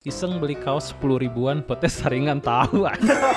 iseng beli kaos 10 ribuan, potes saringan tahu.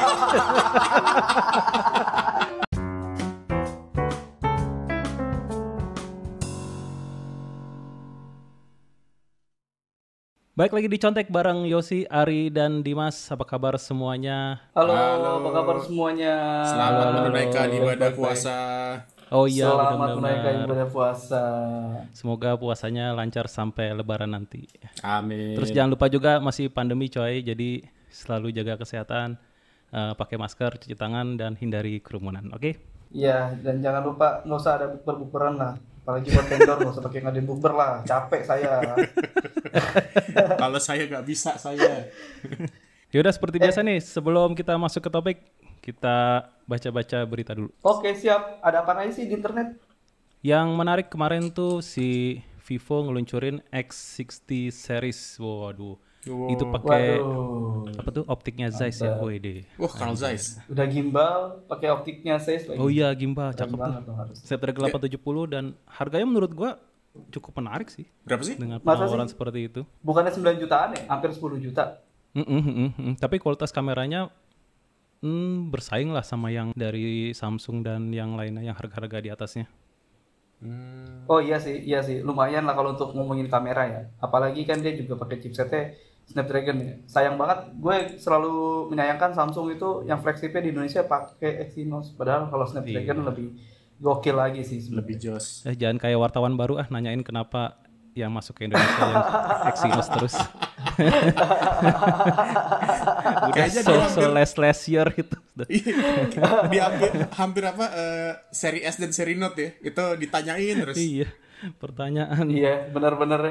Baik lagi di Contek bareng Yosi, Ari, dan Dimas. Apa kabar semuanya? Halo, apa kabar semuanya? Selamat menunaikan ibadah puasa. Oh iya, Selamat menunaikan benar-benar. ibadah puasa. Semoga puasanya lancar sampai lebaran nanti. Amin. Terus jangan lupa juga masih pandemi coy, jadi selalu jaga kesehatan, pakai masker, cuci tangan, dan hindari kerumunan, oke? Iya, dan jangan lupa nggak usah ada bukber-bukberan lah. Apalagi buat vendor nggak usah pakai ngadain bukber lah. Capek saya. Kalau saya nggak bisa saya. Yaudah seperti biasa nih, sebelum kita masuk ke topik, kita baca-baca berita dulu. Oke, siap. Ada apa aja sih di internet? Yang menarik kemarin tuh si Vivo ngeluncurin X60 series. Waduh. Itu pakai Waduh. apa tuh? Optiknya Zeiss ya. WD. Wah, Carl Zeiss. Udah gimbal, pakai optiknya Zeiss lagi. Oh iya, gimbal, Keren cakep banget tuh. tuh harus. Snapdragon 870 dan harganya menurut gua cukup menarik sih Berapa sih? dengan Masa penawaran sih? seperti itu. Bukannya 9 jutaan ya? Hampir 10 juta. Tapi kualitas kameranya bersaing lah sama yang dari Samsung dan yang lainnya yang harga-harga di atasnya. Oh iya sih, lumayan lah kalau untuk ngomongin kamera ya. Apalagi kan dia juga pakai chipsetnya Snapdragon ya. Sayang banget, gue selalu menyayangkan Samsung itu yang flagshipnya di Indonesia pakai Exynos. Padahal kalau Snapdragon lebih gokil lagi sih Lebih sebenarnya. jos. Jangan kayak wartawan baru nanyain kenapa yang masuk ke Indonesia yang Exynos terus. Udah Kayaknya so last year gitu. Diambil hampir apa seri S dan seri Note ya. Itu ditanyain terus. Iya, pertanyaan. Iya, benar-benar.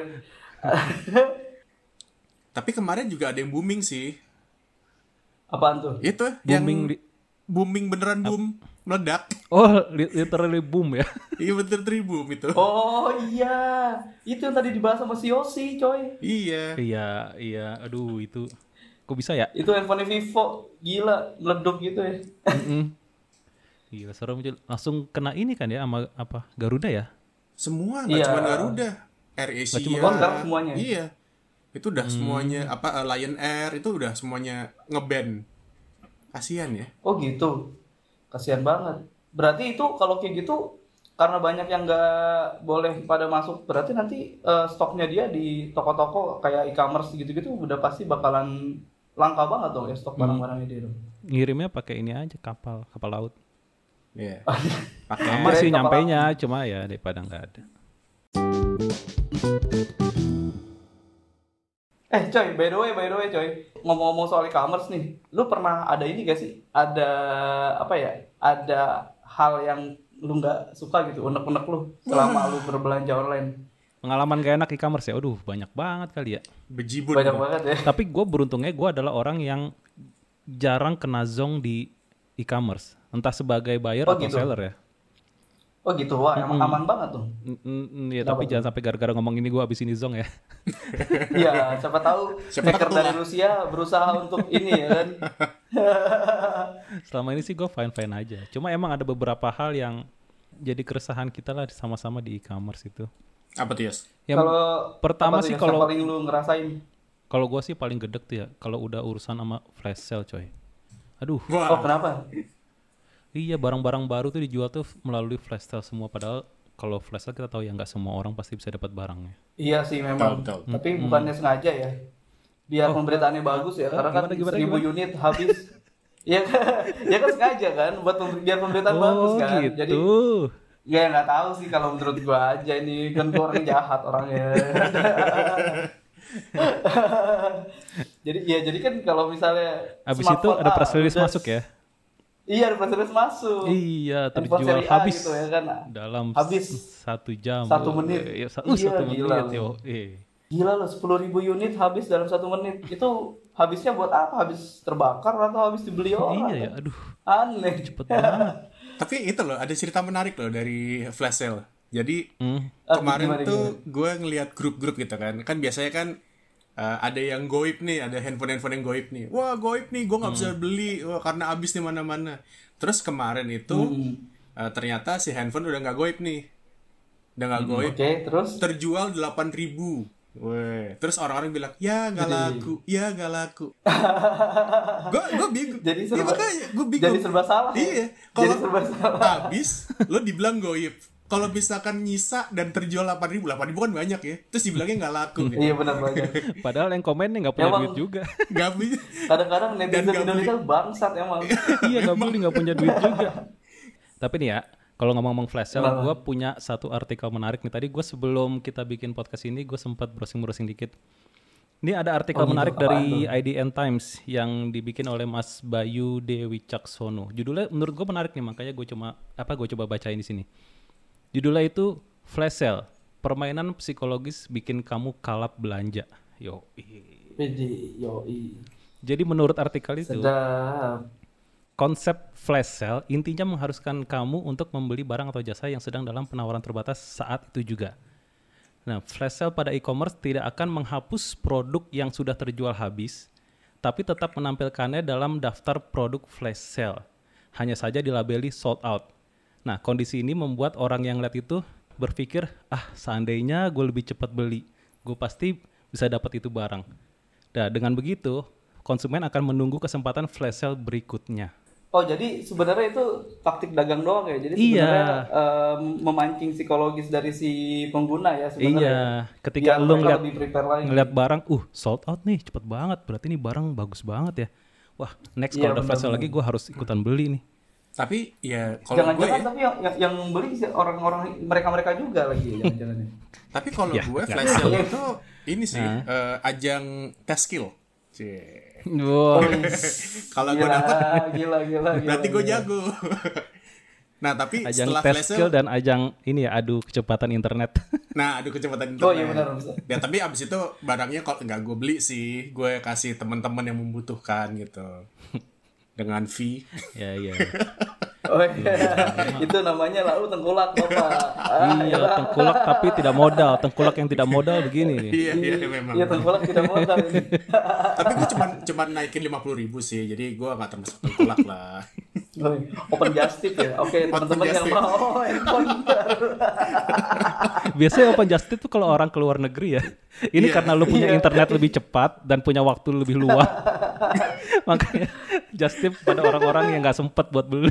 Tapi kemarin juga ada yang booming sih. Apaan tuh? Itu Booming yang booming beneran boom, meledak. Oh, literally boom ya. Iya bener boom itu. Oh iya, itu yang tadi dibahas sama si Yosi, coy. Iya. Iya. Aduh, itu kok bisa ya? Itu handphone Vivo, gila, meleduk gitu ya. Gila, serem. Langsung kena ini kan ya sama apa? Garuda ya? Semua nggak Iya. cuma Garuda, AirAsia. Oh, sekarang semuanya. Iya. Itu udah semuanya Lion Air itu udah semuanya nge-ban. Kasihan ya. Oh gitu, kasihan banget. Berarti itu kalau kayak gitu, karena banyak yang nggak boleh pada masuk, berarti nanti stoknya dia di toko-toko kayak e-commerce gitu-gitu udah pasti bakalan langka banget dong ya stok barang-barangnya dia dong. Ngirimnya pakai ini aja kapal laut. Iya. Pakai Lama sih kapal nyampainya, cuma ya daripada nggak ada. Coy, by the way coy, ngomong-ngomong soal e-commerce nih, lu pernah ada ini gak sih? Ada apa ya? Ada hal yang lu nggak suka gitu, unek-unek lu selama lu berbelanja online? Pengalaman gak enak e-commerce ya, aduh banyak banget kali ya. bejibun. Banyak banget ya. Tapi beruntungnya gue adalah orang yang jarang kena zong di e-commerce. Entah sebagai buyer Oh, atau gitu. seller ya. Oh gitu, wah emang aman banget tuh. Ya, tapi jangan sampai gara-gara ngomong ini gue abis ini zong ya. Iya, siapa tahu Siapa hacker tahu dari lah. Rusia berusaha untuk ini ya kan. Selama ini sih gue fine-fine aja. Cuma emang ada beberapa hal yang jadi keresahan kita lah sama-sama di e-commerce itu. Apa tuh, Yas? Yang Kalau pertama apa tuh sih yang kalau paling lu ngerasain. gue sih paling gedek tuh ya kalau udah urusan sama flash sale coy. Aduh, Wah. Oh, kenapa? iya barang-barang baru tuh dijual tuh melalui flash sale semua. Padahal kalau flash sale kita tahu ya nggak semua orang pasti bisa dapat barangnya. Iya sih memang. Betul. Tapi bukannya sengaja ya. Biar pemberitaannya bagus ya, karena kan gimana, 1000 unit habis. Iya kan? Ya kan sengaja kan buat biar pemberitaan bagus kan. Gitu. Jadi ya nggak tahu sih kalau menurut gua aja ini kan gua orang jahat orangnya. jadi kan kalau misalnya Abis itu smartphone ada press release udah- masuk ya. Iya, ada press release masuk. Iya, Handphone terjual seri A habis gitu ya kan. dalam Habis 1 jam. 1 menit. Iya, Iya, 1 gila menit lu. yo. Gila loh, 10.000 unit habis dalam 1 menit. Itu habisnya buat apa? Habis terbakar atau habis dibeli orang? Iya ya, aduh Aneh. cepet banget. Tapi itu loh, ada cerita menarik loh dari flash sale. Jadi Ah, kemarin gimana, tuh gue ngeliat grup-grup gitu kan. Kan biasanya kan ada yang goib nih, ada handphone yang goib nih. Wah goib nih, gue nggak bisa beli karena habis di mana-mana. Terus kemarin itu ternyata si handphone udah nggak goib nih. Udah nggak goib. Oke, terus? Terjual 8.000 Weh, terus orang-orang bilang, ya nggak laku, ya nggak laku. Gue bingung. Jadi Iya, makanya gue bingung. Jadi serba salah. Iya, Jadi kalau serba salah. habis, lo dibilang goib. Kalau misalkan nyisa dan terjual 8.000 kan banyak ya. Terus dibilangnya nggak laku. Gitu. Iya benar banyak. Padahal yang komennya nggak punya Emang- duit juga. Nggak punya. Kadang-kadang netizen nggak Indonesia bangsat emang. Iya, nggak punya duit juga. Tapi nih ya, kalau ngomong flash sale, Kenapa? gue punya satu artikel menarik nih. Tadi gue sebelum kita bikin podcast ini, gue sempat browsing dikit. Ini ada artikel Oh gitu, menarik apaan dari tuh? IDN Times yang dibikin oleh Mas Bayu Dewi Caksono. Judulnya menurut gue menarik nih, makanya gue coba bacain di sini. Judulnya itu Flash Sale, permainan psikologis bikin kamu kalap belanja. Yoi. Jadi menurut artikel itu, Sedap. konsep flash sale intinya mengharuskan kamu untuk membeli barang atau jasa yang sedang dalam penawaran terbatas saat itu juga. Nah, flash sale pada e-commerce tidak akan menghapus produk yang sudah terjual habis, tapi tetap menampilkannya dalam daftar produk flash sale. Hanya saja dilabeli sold out. Nah, kondisi ini membuat orang yang lihat itu berpikir, seandainya gue lebih cepat beli, gue pasti bisa dapat itu barang. Nah, dengan begitu, konsumen akan menunggu kesempatan flash sale berikutnya. Oh jadi sebenarnya itu taktik dagang doang ya. Jadi Iya. sebenarnya memancing psikologis dari si pengguna ya sebenarnya. Iya, ketika Biar lu mereka lebih prepare lagi. ngeliat barang, sold out nih, cepet banget. Berarti ini barang bagus banget ya. Wah, next Iya, kalau ada flash sale benar-benar. lagi, gue harus ikutan beli nih. Tapi ya kalau gue Jangan-jangan ya, tapi yang beli sih orang-orang mereka juga lagi ya jangan-jangan. tapi kalau Ya, gue nggak flash sale itu ini sih ajang test skill. Cie. Wow. Kalau gue dapat gila. berarti gue jago. Nah, tapi Ajang setelah test flash skill sale, dan ajang ini ya, adu kecepatan internet. nah adu kecepatan internet. Oh iya benar bisa. Ya tapi abis itu barangnya kalau nggak gue beli sih, gue kasih teman-teman yang membutuhkan gitu. Dengan fee. Ya. Oh iya. Itu namanya lalu tengkulak Bapak. Iya, tengkulak tapi tidak modal. Tengkulak yang tidak modal begini nih. Iya memang. Iya tengkulak tidak modal ini. Tapi gue cuman naikin 50.000 sih, jadi gue nggak termasuk tengkulak lah. Oh, open just tip ya. Oke, teman-teman just yang tip. mau handphone baru. Biasanya open just tip tuh kalau orang ke luar negeri ya. Ini Iya. karena lu punya internet lebih cepat dan punya waktu lebih luang. Makanya just tip pada orang-orang yang nggak sempet buat beli.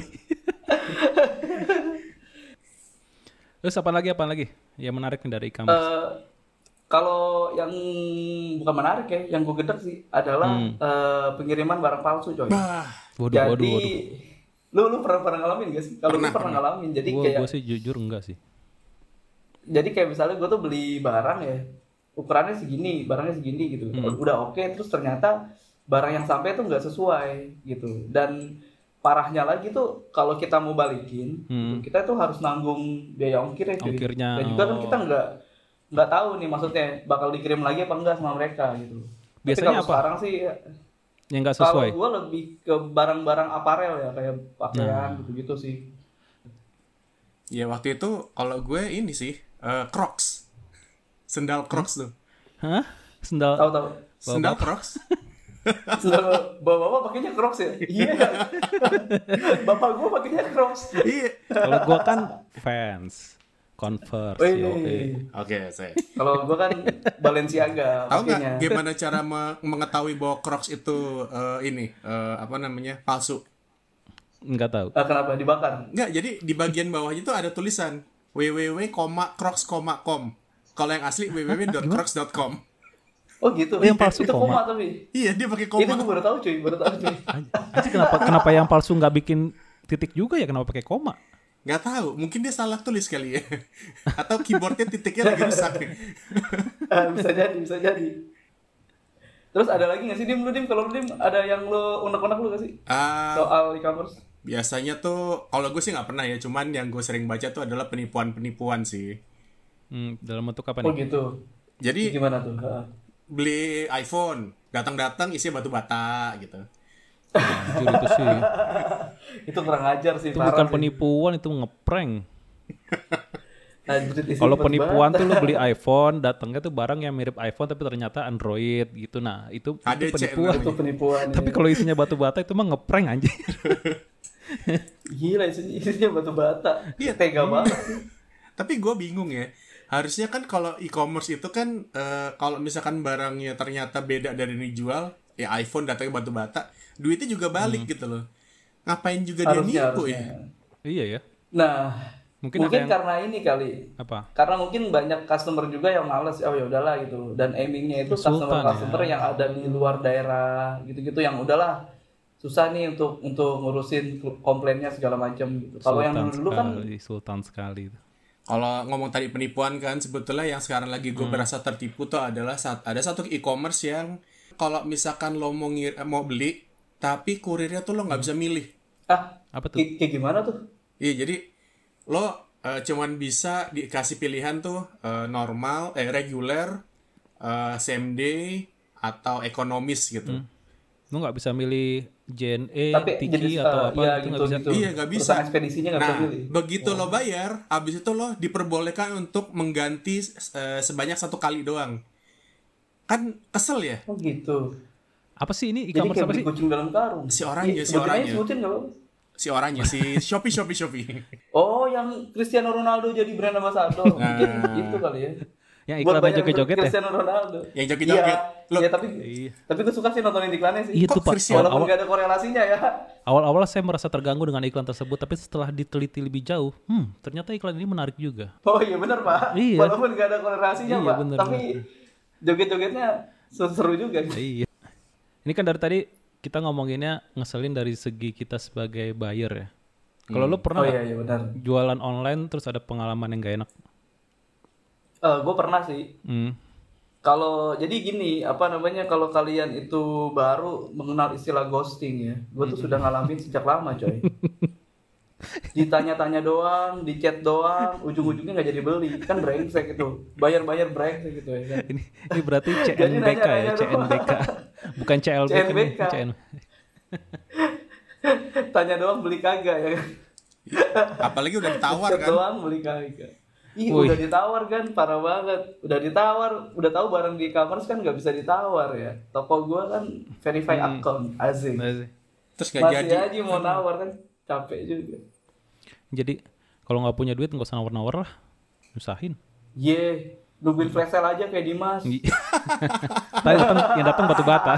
Terus apa lagi yang menarik nih dari e-commerce? Kalau yang bukan menarik ya, yang gue gedek sih adalah pengiriman barang palsu coy. Bah, Jadi lu pernah ngalamin gak sih? Kalau lu pernah ngalamin, jadi kayak Gue sih jujur enggak sih. jadi kayak misalnya gue tuh beli barang ya, ukurannya segini, barangnya segini gitu. Udah oke, terus ternyata barang yang sampai tuh nggak sesuai gitu. Dan parahnya lagi tuh kalau kita mau balikin, gitu, kita tuh harus nanggung biaya ongkir ya. cuy. Ongkirnya, Dan juga kan kita nggak tahu nih maksudnya bakal dikirim lagi apa enggak sama mereka gitu. Biasanya Tapi kalau apa? sekarang sih Yang nggak kalau sesuai. gue lebih ke barang-barang aparel ya kayak pakaian gitu-gitu sih. ya waktu itu kalau gue ini sih Crocs, sendal Crocs tuh, Hah? Sendal? Tahu-tahu. sendal Crocs. Bapak pakainya Crocs ya? Iya. Bapak gue pakainya Crocs. Iya. Kalau gue kan Vans, Converse, Wih. Oke, saya. Kalau gue kan Balenciaga Tahu nggak pakainya. gimana cara mengetahui bahwa Crocs itu palsu? Nggak tahu. Kenapa dibakar? Nggak, jadi di bagian bawahnya itu ada tulisan www.crocs.com. Kalau yang asli www.crocs.com. Oh gitu. Yang palsu itu koma. tapi. Iya, dia pakai Itu koma. gue baru tahu cuy. Anjir, kenapa yang palsu nggak bikin titik juga ya? Kenapa pakai koma? Nggak tahu, mungkin dia salah tulis kali ya. Atau keyboardnya titiknya lagi rusak. Bisa jadi. Terus ada lagi nggak sih Dim? Kalau lu Dim ada yang lu unek-unek lu nggak sih? Soal e-commerce? Biasanya tuh, kalau gue sih nggak pernah ya. Cuman yang gue sering baca tuh adalah penipuan-penipuan sih. Dalam bentuk apa Oh nih? gitu. Jadi Gimana tuh? beli iPhone, datang-datang isinya batu bata gitu. Anjir, itu sih. Itu kurang ajar sih. Itu parah bukan sih. penipuan, itu ngeprank. Anjir, isi Kalau batu penipuan bata. tuh lu beli iPhone, datangnya tuh barang yang mirip iPhone tapi ternyata Android gitu. Nah, itu ADC penipuan. Itu penipuan. Tapi ya. kalau isinya batu bata itu mah ngeprank anjir. Gila isinya batu bata. Iya. Tega banget sih. Tapi gue bingung ya. Harusnya kan kalau e-commerce itu kan kalau misalkan barangnya ternyata beda dari yang dijual, ya iPhone datangnya batu bata, duitnya juga balik gitu loh. Ngapain juga dia nipu ya? Iya ya. Nah, Mungkin mungkin ada yang- karena ini kali. Apa? Karena mungkin banyak customer juga yang males, oh ya udahlah gitu. Dan aimingnya itu Sultan, customer yang ada di luar daerah gitu-gitu yang udahlah susah nih untuk ngurusin komplainnya segala macam gitu. Kalau yang dulu kan Sultan sekali. Kalau ngomong tadi penipuan kan, sebetulnya yang sekarang lagi gue berasa tertipu tuh adalah ada satu e-commerce yang kalau misalkan lo mau beli, tapi kurirnya tuh lo nggak bisa milih. Apa tuh? Kayak gimana tuh? Iya, jadi lo cuman bisa dikasih pilihan tuh reguler, same day, atau ekonomis gitu. Lu nggak bisa milih JNE, Tapi Tiki jenis, atau apa ya gitu nggak bisa. gitu. Iya, nggak bisa. Perusahaan ekspedisinya nggak bisa Nah, pilih. begitu lo bayar, abis itu lo diperbolehkan untuk mengganti sebanyak 1 kali doang. Kan kesel ya? Oh gitu. Apa sih ini Jadi e-commerce kayak apa beli sih? kucing dalam karung. Si orangnya, si Sebutin aja, orangnya. sebutin nggak apa-apa. Si orangnya, si Shopee. Oh, yang Cristiano Ronaldo jadi brand ambassador. Mungkin itu kali ya. Yang Buat iklannya bayar joget-joget ya? Cristiano Ronaldo. Yang joget-joget. Loh. Iya, tapi Iya. tapi gue suka sih nontonin iklannya sih. Itu Kok Pak. Cristiano Walaupun Awal-awal nggak ada korelasinya ya. awal-awal saya merasa terganggu dengan iklan tersebut, tapi setelah diteliti lebih jauh, ternyata iklan ini menarik juga. Oh iya benar Pak. Iya. Walaupun nggak ada korelasinya Iya, Pak. benar, Tapi joget-jogetnya seru juga. Iya. Ini kan dari tadi kita ngomonginnya ngeselin dari segi kita sebagai buyer ya. Kalau lu pernah Oh nggak iya benar. jualan online terus ada pengalaman yang gak enak? Gue pernah sih. Kalau jadi gini, apa namanya, kalau kalian itu baru mengenal istilah ghosting ya, gue tuh sudah ngalamin sejak lama coy. Ditanya-tanya doang, di chat doang, ujung-ujungnya nggak jadi beli, kan brengsek itu, bayar-bayar brengsek gitu ya kan. Ini berarti Jadi CNBK ya, nanya-nanya doang. CNBK. Bukan CLBK nih, CNBK. Tanya doang beli kagak ya kan. Apalagi udah ditawar Chat kan. doang beli kagak. Ih, Wih. udah ditawar kan, parah banget. Udah ditawar, udah tahu barang di e-commerce kan nggak bisa ditawar ya. Toko gua kan verify account, asik. Terus gak Masih jadi. aja mau nawar kan, capek juga. Jadi kalau nggak punya duit nggak usah nawar-nawar lah, nyusahin. Ye, nungguin flash sale aja kayak Dimas. Tadi yang datang batu bata.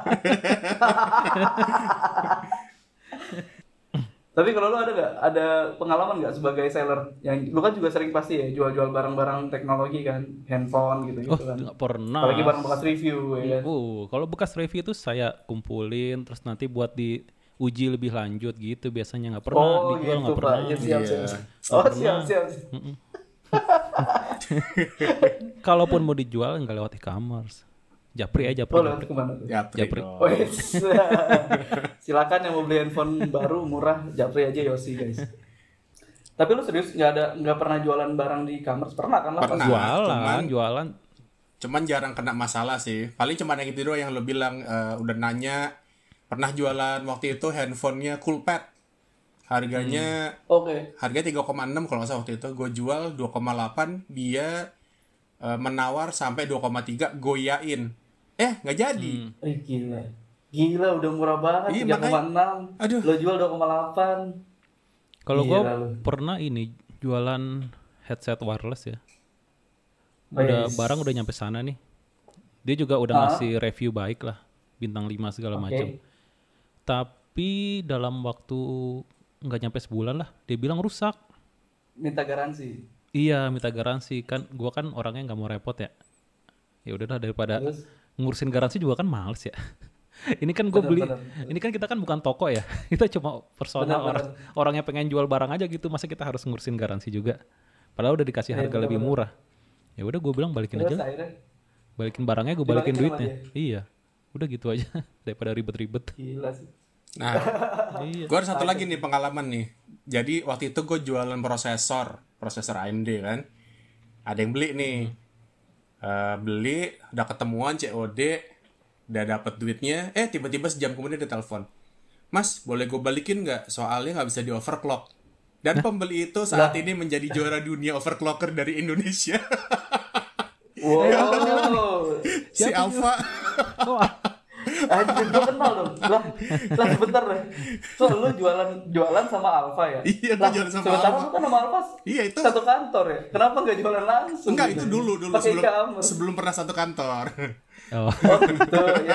Tapi kalau lu ada pengalaman nggak sebagai seller? Yang lu kan juga sering pasti ya jual-jual barang-barang teknologi kan, handphone gitu-gitu kan. Nggak pernah. Apalagi barang bekas review ya kan. Kalau bekas review itu saya kumpulin terus nanti buat diuji lebih lanjut gitu. Biasanya nggak pernah Oh dijual, gitu nggak Pak, pernah. ya siap. Iya. Oh siap. Kalaupun mau dijual nggak lewat e-commerce. Japri aja, Oh lewat kemana tuh? Japri. Japri. Wes. Silakan yang mau beli handphone baru murah, japri aja Yosi guys. Tapi lu serius nggak pernah jualan barang di e-commerce? Pernah kan lah? Pernah. Jualan. Cuman jarang kena masalah sih. Paling cuma yang itu doang yang lo bilang udah nanya. Pernah jualan waktu itu handphonenya Coolpad. Harganya harganya 3,6 kalau nggak salah waktu itu. Gue jual 2,8, dia menawar sampai 2,3, goyain. Nggak jadi. Gila udah murah banget. Iya, 3,6. Aduh. Lo jual 2,8. Kalau gue Gila lu. pernah ini jualan headset wireless ya. Udah barang udah nyampe sana nih. Dia juga udah ngasih review baik lah, bintang 5 segala macam. Tapi dalam waktu nggak nyampe sebulan lah, dia bilang rusak. Minta garansi. Iya, minta garansi kan. Gua kan orangnya nggak mau repot ya. Ya udahlah daripada Terus? ngurusin garansi juga kan males ya. Ini kan gue beli, ini kan kita kan bukan toko ya. Kita cuma personal orang yang pengen jual barang aja gitu. Masa kita harus ngurusin garansi juga? Padahal udah dikasih harga lebih murah. Ya udah gue bilang balikin Terus aja. akhirnya Balikin barangnya gue balikin Dibalikin sama duitnya. Iya. Udah gitu aja daripada ribet-ribet. gila sih. Nah, gue ada satu lagi nih pengalaman nih. Jadi waktu itu gue jualan prosesor AMD kan. Ada yang beli nih. Beli, udah ketemuan COD, udah dapet duitnya. Tiba-tiba sejam kemudian dia telepon. Mas, boleh gue balikin nggak? Soalnya nggak bisa di overclock. Dan pembeli itu saat ini menjadi juara dunia overclocker dari Indonesia. Wow. Si Alfa. Anjir, gue kenal dong. Lah sebentar deh. So lu jualan sama Alfa ya? Iya, gue jualan sama sementara Alfa. lu kan sama Alfa Iya, itu. satu kantor ya. Kenapa nggak jualan langsung? Enggak, gitu? itu dulu Pakai e-commerce. sebelum pernah satu kantor. Oh. Oh gitu. Ya.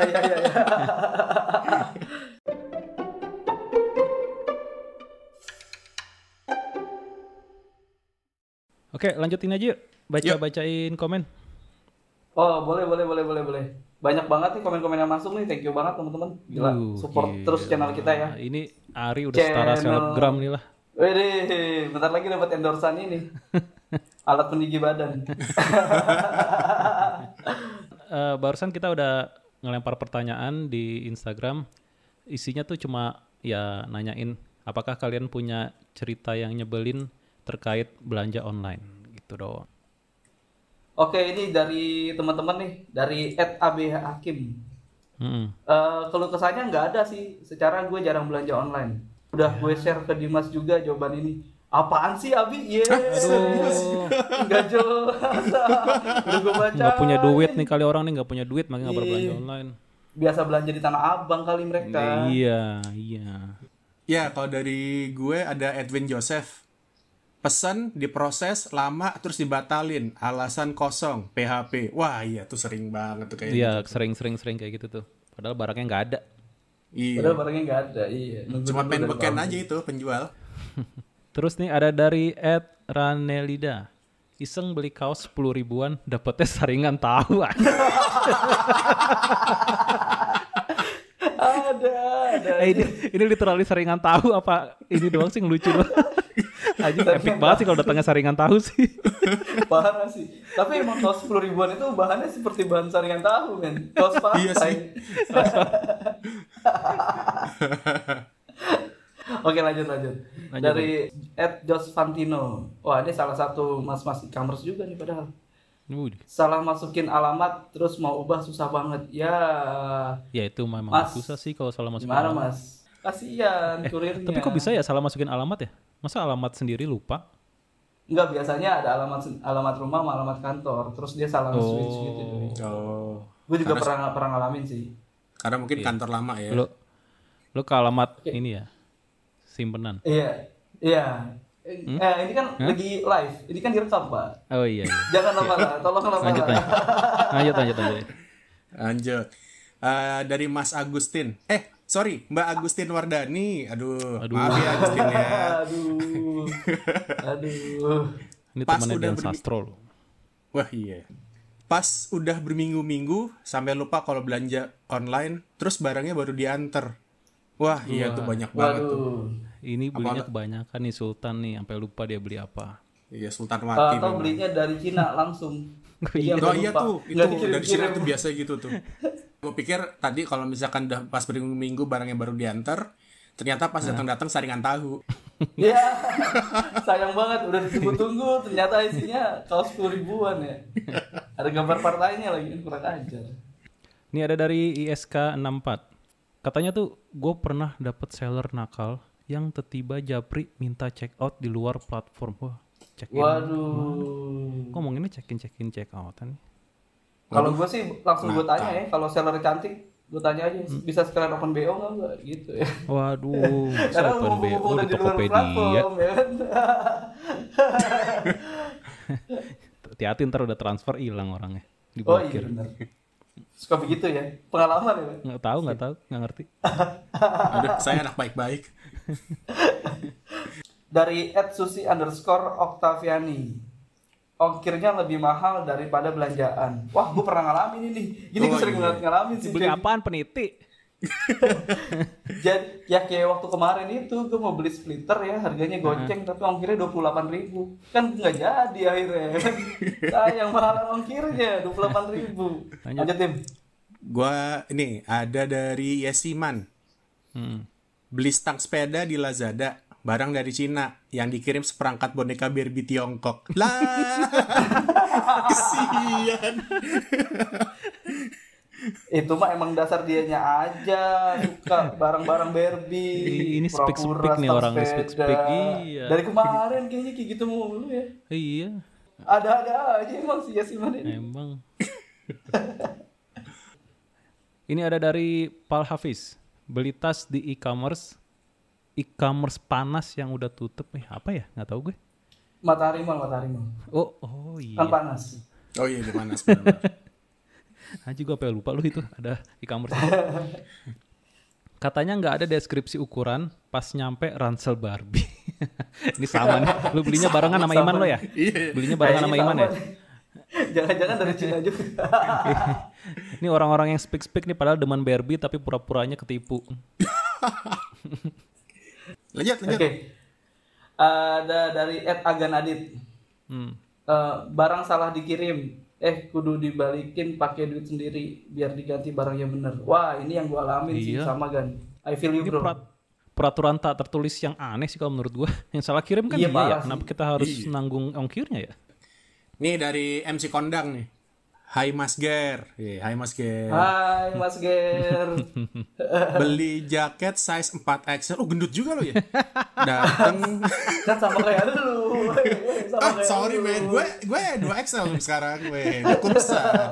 Oke, lanjutin aja yuk. Bacain komen. Oh, boleh. Banyak banget nih komen-komen yang masuk nih. Thank you banget teman-teman. Gila, support terus channel kita ya. Ini Ari udah setara selebgram nih lah. Wede, bentar lagi dapat endorsan ini. Alat peninggi badan. Barusan kita udah ngelempar pertanyaan di Instagram. Isinya tuh cuma ya nanyain apakah kalian punya cerita yang nyebelin terkait belanja online gitu doang. Oke, ini dari teman-teman nih, dari @abhakim. Kalau kesannya nggak ada sih, secara gue jarang belanja online. Udah gue share ke Dimas juga jawaban ini. Apaan sih Abi? Serius. Nggak jelas. Udah gue baca. Nggak punya duit nih kali orang nih, nggak punya duit makanya nggak berbelanja online. Biasa belanja di Tanah Abang kali mereka. Iya. Ya, kalau dari gue ada Edwin Joseph. Pesan, diproses, lama, terus dibatalin. Alasan kosong, PHP. Wah iya, tuh sering banget tuh kayak Iya, gitu. sering kayak gitu tuh. Padahal barangnya nggak ada. Iya. Padahal barangnya nggak ada, iya. Cuma pengen beken aja itu penjual. Terus nih ada dari @ranelida. Iseng beli kaos 10 ribuan, dapetnya saringan tahu. Ada. Ini literally saringan tahu apa ini doang sih ngelucu loh. Aja epic banget sih kalau datangnya saringan tahu sih. Parah sih. Tapi emang kaos 10 ribuan itu bahannya seperti bahan saringan tahu, men. Kaos partai. Iya sih. Oke, lanjut. Dari @josfantino. Wah, ini salah satu mas-mas e-commerce juga nih padahal. Salah masukin alamat terus mau ubah susah banget. Ya itu memang susah sih kalau salah masukin gimana, alamat. Mas? Kasihan kurirnya. Tapi kok bisa ya salah masukin alamat ya? Masa alamat sendiri lupa? Enggak, biasanya ada alamat rumah sama alamat kantor. Terus dia salah switch gitu. Gue juga pernah ngalamin sih. Karena mungkin kantor lama ya. Lo ke alamat ini ya? Simpenan. Iya. Ini kan lagi live. Ini kan direkam, Pak. Oh iya. Jangan lama lah. Tolong lama. Lanjut. Dari Mas Agustin. Mbak Agustin Wardani. Aduh. Maaf ya Agustin ya. Aduh. Ini temannya Dian Sastro loh. Wah iya. Pas udah berminggu-minggu sampai lupa kalau belanja online, terus barangnya baru diantar. Wah iya tuh banyak banget tuh. Ini belinya kebanyakan nih Sultan nih, sampai lupa dia beli apa. Iya, Sultan mati. Atau belinya dari Cina langsung. Iya tuh, itu dari Cina tuh biasa gitu tuh. Gue pikir tadi kalau misalkan udah pas berminggu barangnya baru diantar, ternyata pas datang-datang saringan tahu. Iya, sayang banget udah ditunggu-tunggu, ternyata isinya kaos 10 ribuan ya. Ada gambar partainya lagi, kurang ajar. Ini ada dari ISK 64. Katanya tuh gue pernah dapet seller nakal yang tiba-tiba japri minta check out di luar platform. Wah, check in. Waduh. Ngomonginnya check in check outan nih. Kalau gue sih langsung gue tanya ya, kalau seller cantik gue tanya aja bisa sekalian open BO nggak gitu ya. Waduh, karena open BO udah di Tokopedia. Ya kan? Hati-hati ntar udah transfer hilang orangnya. Oh iya benar. Suka begitu ya, pengalaman ya? Nggak tahu, nggak ngerti. Aduh, saya anak baik-baik. Dari @susi_octaviani. Ongkirnya lebih mahal daripada belanjaan. Wah, gue pernah ngalamin ini. Gini gue sering ngalamin sih. Beli apaan peniti? Jadi ya kayak waktu kemarin itu gue mau beli splitter ya, harganya goceng tapi ongkirnya 28.000. Kan nggak jadi akhirnya. Sayang mahal ongkirnya 28.000. Lanjut Tim. Gua ini ada dari Yesiman. Beli stang sepeda di Lazada, barang dari Cina yang dikirim seperangkat boneka Barbie Tiongkok. Lah. Kesian. Itu mah emang dasar dianya aja suka barang-barang Barbie. Ini speak nih orang speak. Iya. Dari kemarin kayaknya kayak gitu mulu ya. Iya. Ada-ada aja emang sih Yasiman ini. Emang. Ini ada dari Pal Hafiz. Beli tas di e-commerce panas yang udah tutup. Apa ya? Nggak tahu gue. Matahari Mall. Oh iya. Kan panas. Oh iya, di panas benar. Haji gue apa ya, lupa lu itu ada e-commerce. Katanya nggak ada deskripsi ukuran, pas nyampe ransel Barbie. Ini sama nih. Lu belinya barengan sama Iman lo ya? Iya. Belinya barengan sama Iman ya? Jangan-jangan dari Cina juga. Ini orang-orang yang speak nih padahal demen Barbie tapi pura-puranya ketipu. Lanjut. Oke. Ada dari @agan Adit. Barang salah dikirim. Kudu dibalikin pakai duit sendiri biar diganti barangnya bener. Wah, ini yang gua alamin sih sama Gan. I feel you, Ini bro. Peraturan tak tertulis yang aneh sih kalau menurut gua. Yang salah kirim kan Iya, dia ya. sih. Kenapa kita harus nanggung ongkirnya ya? Nih dari MC Kondang nih. Hai Mas Ger. Hai Mas Ger. Hai Mas Ger. Beli jaket size 4XL. Oh, gendut juga lo ya. Dateng. Kan sama kayak lu. Sorry men, gue 2XL sekarang, men. Cukup besar.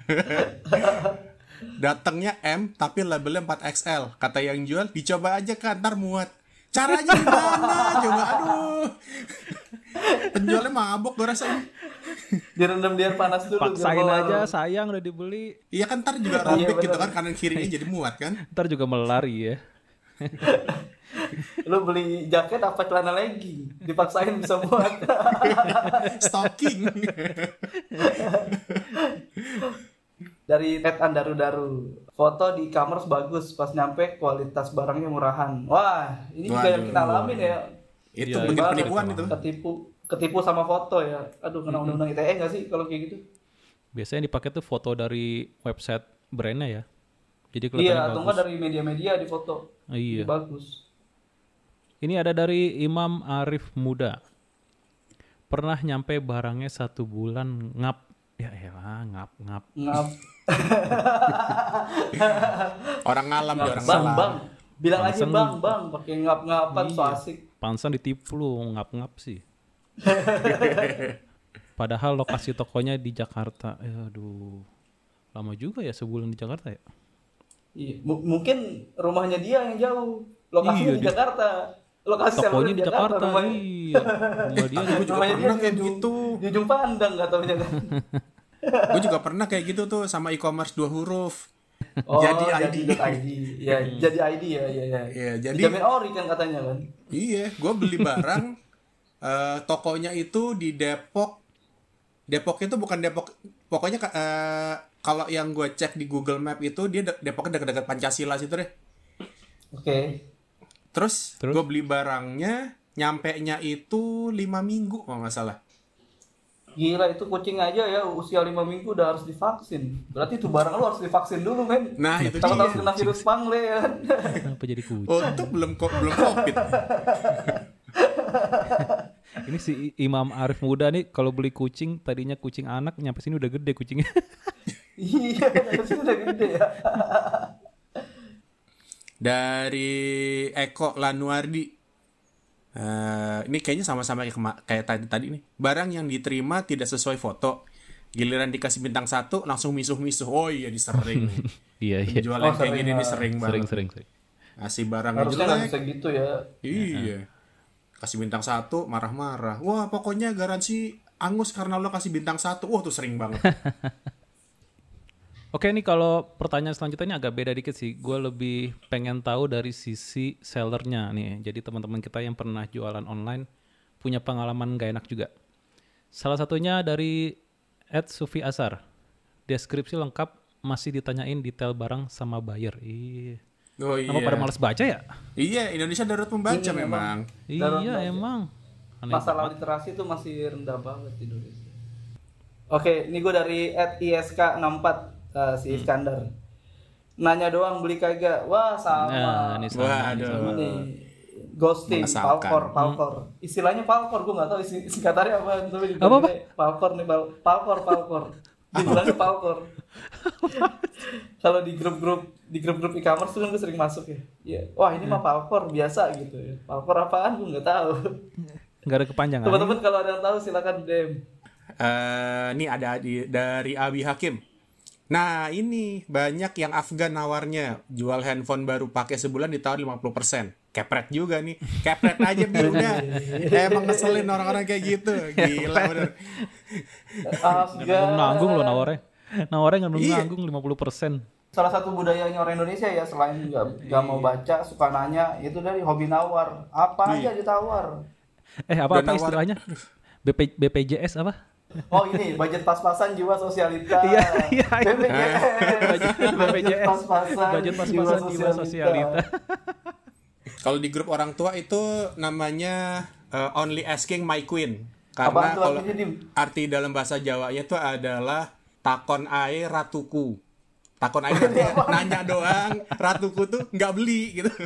Datangnya M tapi labelnya 4XL. Kata yang jual, dicoba aja kan, ntar muat. Caranya gimana? Coba, aduh. Penjualnya mabok gue rasa ini. Direndam biar panas dulu. Paksain aja, sayang udah dibeli. Iya kan, ntar juga robek gitu kan, kanan kirinya jadi muat kan. Ntar juga melari ya. Lu beli jaket apa celana legging? Dipaksain bisa muat. Stocking. Dari Andaru-daru. Foto di e-commerce bagus, pas nyampe kualitas barangnya murahan. Wah, ini juga yang kita alamin ya. Itu bentuk penipuan itu. Ketipu sama foto ya. Aduh, kena undang-undang ITE nggak sih kalau kayak gitu? Biasanya yang dipakai tuh foto dari website brandnya ya. Jadi kelihatannya Iya, bagus. atau enggak dari media-media di foto. Iya. Bagus. Ini ada dari Imam Arif Muda. Pernah nyampe barangnya 1 bulan ngap. Ya elah, ngap. Orang ngalam dia, orang ngalam. Bang. Bilang aja bang, pakai ngap-ngapan so asik. Pantesan ditipu lu, ngap-ngap sih. Padahal lokasi tokonya di Jakarta. Aduh. Lama juga ya sebulan di Jakarta ya? Iya, mungkin rumahnya dia yang jauh. Lokasinya di Jakarta. Lokasi tokonya di Jakarta. Rumahnya. Iya. Rumah dia Gue juga pernah kayak gitu. Di ujung pandang nggak taunya kan. Gue juga pernah kayak gitu tuh sama e-commerce 2 huruf. Oh, jadi ID. Ya, jadi ID ya. Iya, jadi dijamin ori kan katanya kan. Iya, gue beli barang tokonya itu di Depok. Depok itu bukan Depok. Pokoknya kalau yang gue cek di Google Map itu dia Depoknya dekat-dekat Pancasila situ deh. Oke. Terus? Gue beli barangnya, nyampenya itu 5 minggu kalau nggak salah. Gila, itu kucing aja ya usia 5 minggu udah harus divaksin. Berarti itu barang lu harus divaksin dulu, men. Nah, itu takut dia. harus kena virus pangle ya kan. Kenapa jadi kucing? Oh, itu belum Covid. Ini si Imam Arif Muda nih kalau beli kucing, tadinya kucing anak, nyampe sini udah gede kucingnya. Iya, harusnya udah gede ya. Dari Eko Lanuardi. Ini kayaknya sama-sama kayak tadi nih. Barang yang diterima tidak sesuai foto. Giliran dikasih bintang 1 langsung misuh-misuh. Oh iya, disering. Iya. Penjual yang kayak gini nih sering banget. Sering. Ngasih barang harusnya nggak jelek. bisa gitu ya. Iya. Kasih bintang 1 marah-marah. Wah, pokoknya garansi angus karena lo kasih bintang 1. Wah, tuh sering banget. Oke, nih kalau pertanyaan selanjutnya ini agak beda dikit sih. Gue lebih pengen tahu dari sisi sellernya nih. Jadi teman-teman kita yang pernah jualan online punya pengalaman gak enak juga. Salah satunya dari @Sufi Asar. Deskripsi lengkap masih ditanyain detail barang sama buyer. Oh iya. Nama pada males baca ya? Iya, Indonesia darurat membaca memang. Iya emang. Aneh Masalah literasi itu masih rendah banget di Indonesia. Oke, ini gue dari @isk64 si Iskandar. Nanya doang beli kagak. Wah, sama. Nah, ini sama. Ini ghosting, palkor. Istilahnya palkor, gue nggak tahu singkatannya apa. Apa? Palkor nih, palkor. Dibilangnya palkor. Kalau di grup e-commerce tuh kan gue sering masuk ya. Iya. Wah, ini mah palkor biasa gitu ya. Palkor apaan gue nggak tahu. Nggak ada kepanjangan. Teman-teman kalau ada yang tahu silakan DM. Ini ada dari Abi Hakim. Nah, ini banyak yang Afgan nawarnya. Jual handphone baru pakai sebulan ditawar 50%. Kepret juga nih. Kepret aja Bi udah. Emang ngeselin orang-orang kayak gitu. Gila bener. Nanggung loh nawarnya. Nawarnya Iya. nanggung 50%. Salah satu budayanya orang Indonesia ya, selain nggak mau baca, suka nanya, itu dari hobi nawar. Apa aja ditawar. Apa Udah nawar. istilahnya? BPJS apa? Oh ini budget pas-pasan jiwa sosialita. Iya. BPJS. BPJS. pas-pasan Budget pas-pasan jiwa sosialita. Kalau di grup orang tua itu namanya only asking my queen. Karena Apaan tuh kalau artinya, Dim? arti dalam bahasa Jawanya itu adalah takon ae ratuku. Takon ae artinya nanya doang, ratuku tuh nggak beli gitu.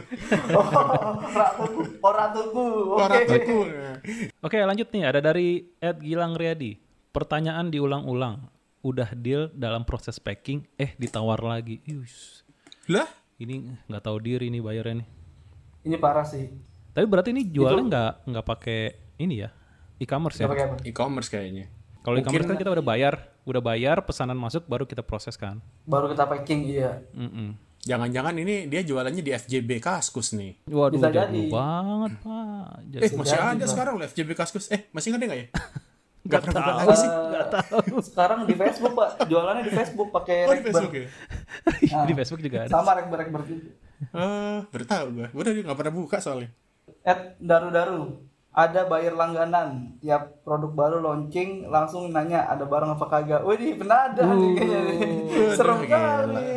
Ratuku. Oh, ratuku. Oh, Oke. ratuku. Oke, lanjut nih. Ada dari Gilang Riyadi. Pertanyaan diulang-ulang. Udah deal dalam proses packing, ditawar lagi. Yus. Lah, Ini nggak tahu diri nih bayarnya nih. Ini parah sih. Tapi berarti ini jualnya nggak pakai ini ya, e-commerce ya? Nggak pakai apa? e-commerce kayaknya. Kalau e-commerce kan kita udah bayar, pesanan masuk baru kita proses kan. Baru kita packing, iya. Jangan-jangan ini dia jualannya di FJB Kaskus nih. Waduh, Bisa jago jadi. banget Pak. Masih jadi, ada Bang. sekarang loh FJB Kaskus. Masih ada nggak ya? Nggak pernah buka tahu. lagi sih. Sekarang di Facebook, Pak. Jualannya di Facebook pakai Oh, di Rekber. Facebook ya? Di Facebook juga ada. Sama Rekber gitu. Baru tahu gue. Gue udah nggak pernah buka soalnya. Daru-daru. Ada buyer langganan. Tiap produk baru launching langsung nanya ada barang apa kagak. Wih, penada nih kayaknya nih. Serem gila. kali.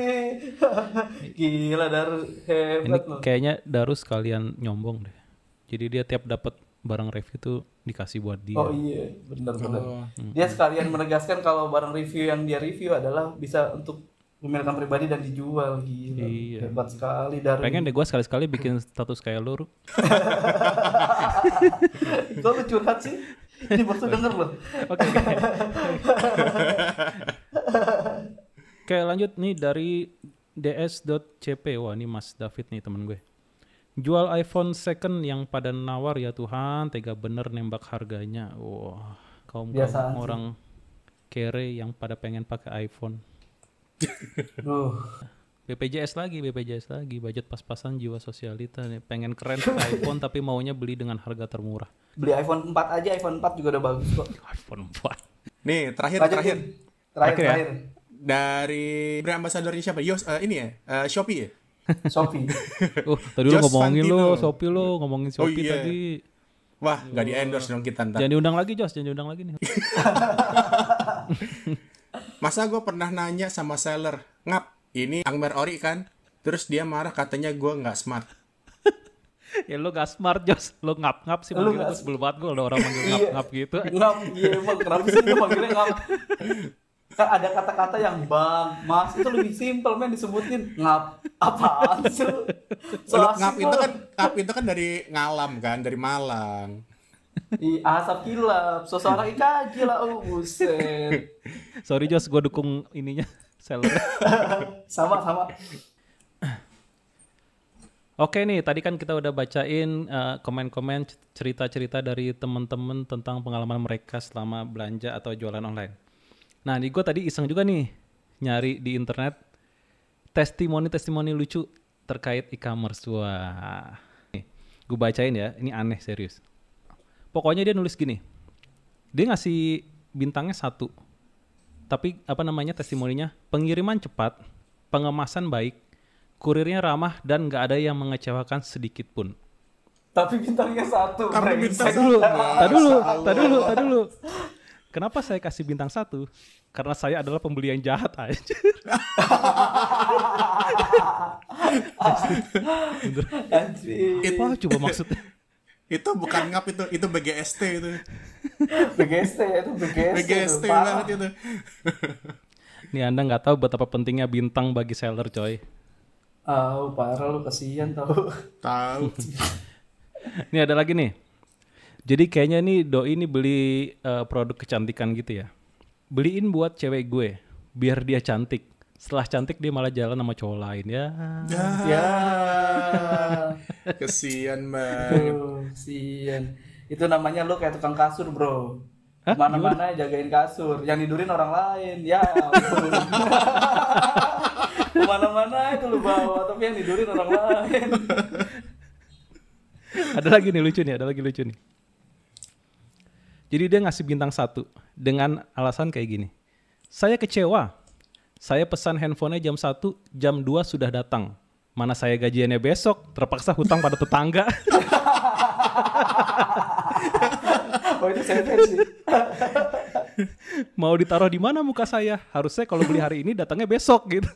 Gila Daru, Ini hebat loh. kayaknya Darus sekalian nyombong deh. Jadi dia tiap dapat barang review tuh dikasih buat dia. Oh iya, benar-benar. Oh. Dia sekalian menegaskan kalau barang review yang dia review adalah bisa untuk pemilikan pribadi dan dijual. Gila, Iya. hebat sekali Daru. Pengen deh gue sekali-sekali bikin status kayak lu. Ru. Kok lu curhat sih? Ini baru denger loh. Oke. Oke, lanjut nih dari ds.cp. Wah, ini Mas David nih temen gue. Jual iPhone second yang pada nawar ya Tuhan, tega bener nembak harganya. Wah, kaum Biasaan sih. orang kere yang pada pengen pakai iPhone. BPJS lagi, budget pas-pasan jiwa sosialita nih. Pengen keren pakai iPhone tapi maunya beli dengan harga termurah. Beli iPhone 4 aja, iPhone 4 juga udah bagus kok. iPhone 4. Nih, terakhir. Terakhir ya? Dari brand ambassadornya siapa? Shopee ya? Shopee. Tadi lu Jos ngomongin Fantino. lu, Shopee lu, ngomongin Shopee iya. tadi. Wah, nggak di-endorse dong kita ntar. Jangan diundang lagi, Jos, jangan diundang lagi nih. Masa gue pernah nanya sama seller, ngap, ini Angmer Ori kan? Terus dia marah katanya gue nggak smart. Ya lu gak smart, Jos. Lu ngap-ngap sih Lu manggil nggak gue sebel banget gue ada orang manggil Iya. ngap-ngap gitu. Ngap, iya emang kenapa sih lu manggilnya ngap? Kan ada kata-kata yang bang, mas itu lebih simpel men disebutin ngap. Apaan sih? So Ngap asik lo. itu kan dari ngalam kan, dari Malang. Asap kilap, sosok ikaji lah, buset. Sorry Jos, gue dukung ininya seller. Sama. Oke nih, tadi kan kita udah bacain komen-komen cerita-cerita dari teman-teman tentang pengalaman mereka selama belanja atau jualan online. Nah, nih gue tadi iseng juga nih nyari di internet testimoni lucu terkait e-commerce. Wah, nih, gue bacain ya. Ini aneh serius. Pokoknya dia nulis gini, dia ngasih bintangnya 1, tapi testimoninya pengiriman cepat, pengemasan baik, kurirnya ramah dan nggak ada yang mengecewakan sedikit pun. Tapi bintangnya 1. Tapi bintang Tadi dulu. Kenapa saya kasih bintang 1? Karena saya adalah pembeli yang jahat aja. Anjir. Apa coba maksudnya? Itu bukan ngap itu BGST itu. BGST ya, itu BGST. BGST Parah. banget itu. Nih Anda nggak tahu betapa pentingnya bintang bagi seller, coy. Parah lu, kasihan tau. Tahu. Ini ada lagi nih. Jadi kayaknya nih doi ini beli produk kecantikan gitu ya. Beliin buat cewek gue, biar dia cantik. Setelah cantik dia malah jalan sama cowok lain ya. Ya. Kesian banget. Kasihan. Itu namanya lu kayak tukang kasur, bro. Mana-mana jagain kasur, yang tidurin orang lain. Ya ampun. Kemana-mana itu lu bawa, tapi yang tidurin orang lain. Ada lagi lucu nih. Jadi dia ngasih bintang 1 dengan alasan kayak gini. Saya kecewa. Saya pesan handphonenya jam 1, jam 2 sudah datang. Mana saya gajiannya besok, terpaksa hutang pada tetangga. Oh itu saya sih. Mau ditaruh di mana muka saya? Harusnya kalau beli hari ini datangnya besok gitu.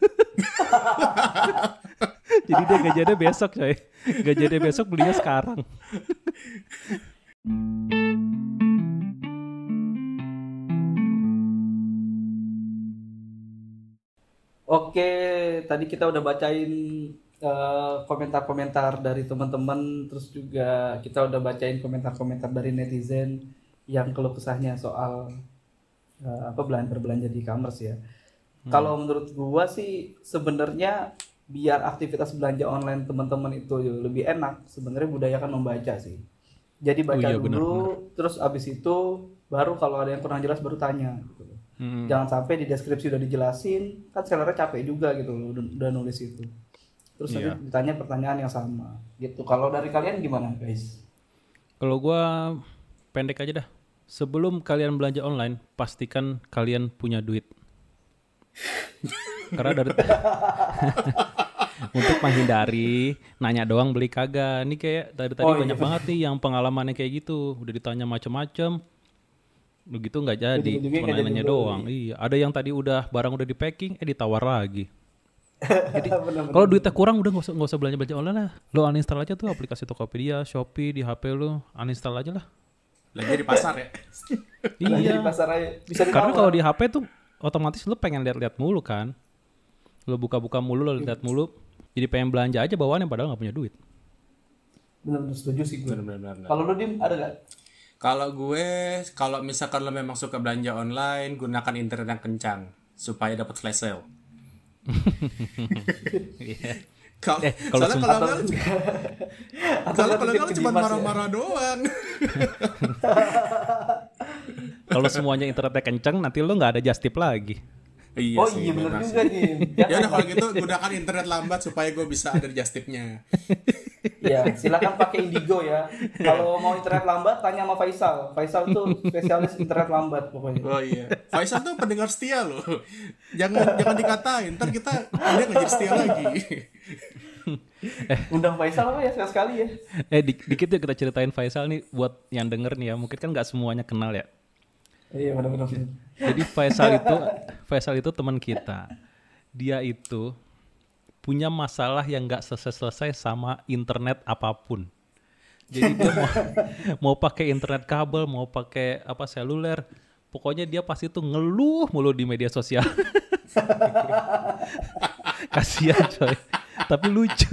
Jadi dia gajiannya besok coy. Gajiannya besok belinya sekarang. Oke, tadi kita udah bacain komentar-komentar dari teman-teman, terus juga kita udah bacain komentar-komentar dari netizen yang keluh kesahnya soal berbelanja di e-commerce ya. Kalau menurut gua sih sebenarnya biar aktivitas belanja online teman-teman itu lebih enak, sebenarnya budayakan membaca sih. Jadi baca dulu, bener. Terus abis itu baru kalau ada yang kurang jelas baru tanya gitu. Jangan sampai di deskripsi udah dijelasin, kan sellernya capek juga gitu loh, udah nulis itu. Terus nanti ditanya pertanyaan yang sama gitu. Kalau dari kalian gimana guys? Kalau gua pendek aja dah. Sebelum kalian belanja online, pastikan kalian punya duit. Karena dari untuk menghindari nanya doang beli kagak. Ini kayak tadi banyak banget nih yang pengalamannya kayak gitu. Udah ditanya macam-macam. Begitu nggak jadi, cuma nanya doang. Iya, ada yang tadi barang udah di packing, ditawar lagi. Jadi kalau duitnya kurang udah nggak usah belanja online lah. Lo uninstall aja tuh aplikasi Tokopedia, Shopee di HP lo, uninstall aja lah. Lagi di pasar ya. Iya. Di pasar aja. Bisa karena kalau di HP tuh otomatis lo pengen lihat-lihat mulu kan. Lo buka-buka mulu, lo lihat mulu. Jadi pengen belanja aja bawaannya padahal nggak punya duit. Benar-benar setuju sih gue. Benar. Kalau lo Dim ada nggak? Kalau misalkan lo memang suka belanja online, gunakan internet yang kencang supaya dapat flash sale. Kalau enggak cuma marah-marah doang. Kalau semuanya internetnya kencang, nanti lo nggak ada just tip lagi. Iya oh sih, iya benar juga nih. Ya udah kalau gitu gunakan internet lambat supaya gue bisa ada just tipnya. Ya silakan pakai Indigo ya. Kalau mau internet lambat tanya sama Faisal. Faisal tuh spesialis internet lambat pokoknya. Oh iya. Faisal tuh pendengar setia loh. Jangan dikatain. Ntar dia nggak jadi setia lagi. Undang Faisal apa ya sekali ya. Dikit ya kita ceritain Faisal nih buat yang denger nih ya. Mungkin kan nggak semuanya kenal ya. Iya benar-benar. Jadi Faisal itu teman kita. Dia itu punya masalah yang nggak selesai sama internet apapun. Jadi dia mau pakai internet kabel, mau pakai seluler, pokoknya dia pasti tuh ngeluh mulu di media sosial. Kasian coy, tapi lucu.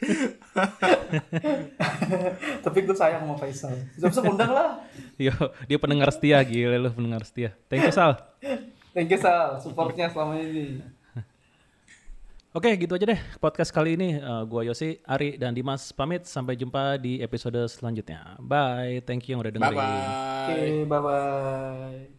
Tapi gue sayang sama Faisal. Bisa undang lah. Yo, dia pendengar setia, gila lu pendengar setia. Thank you Sal. Thank you Sal, supportnya selama ini. Oke, gitu aja deh podcast kali ini. Gua Yosi, Ari, dan Dimas pamit. Sampai jumpa di episode selanjutnya. Bye, thank you yang udah dengerin. Bye-bye. Oke, bye-bye.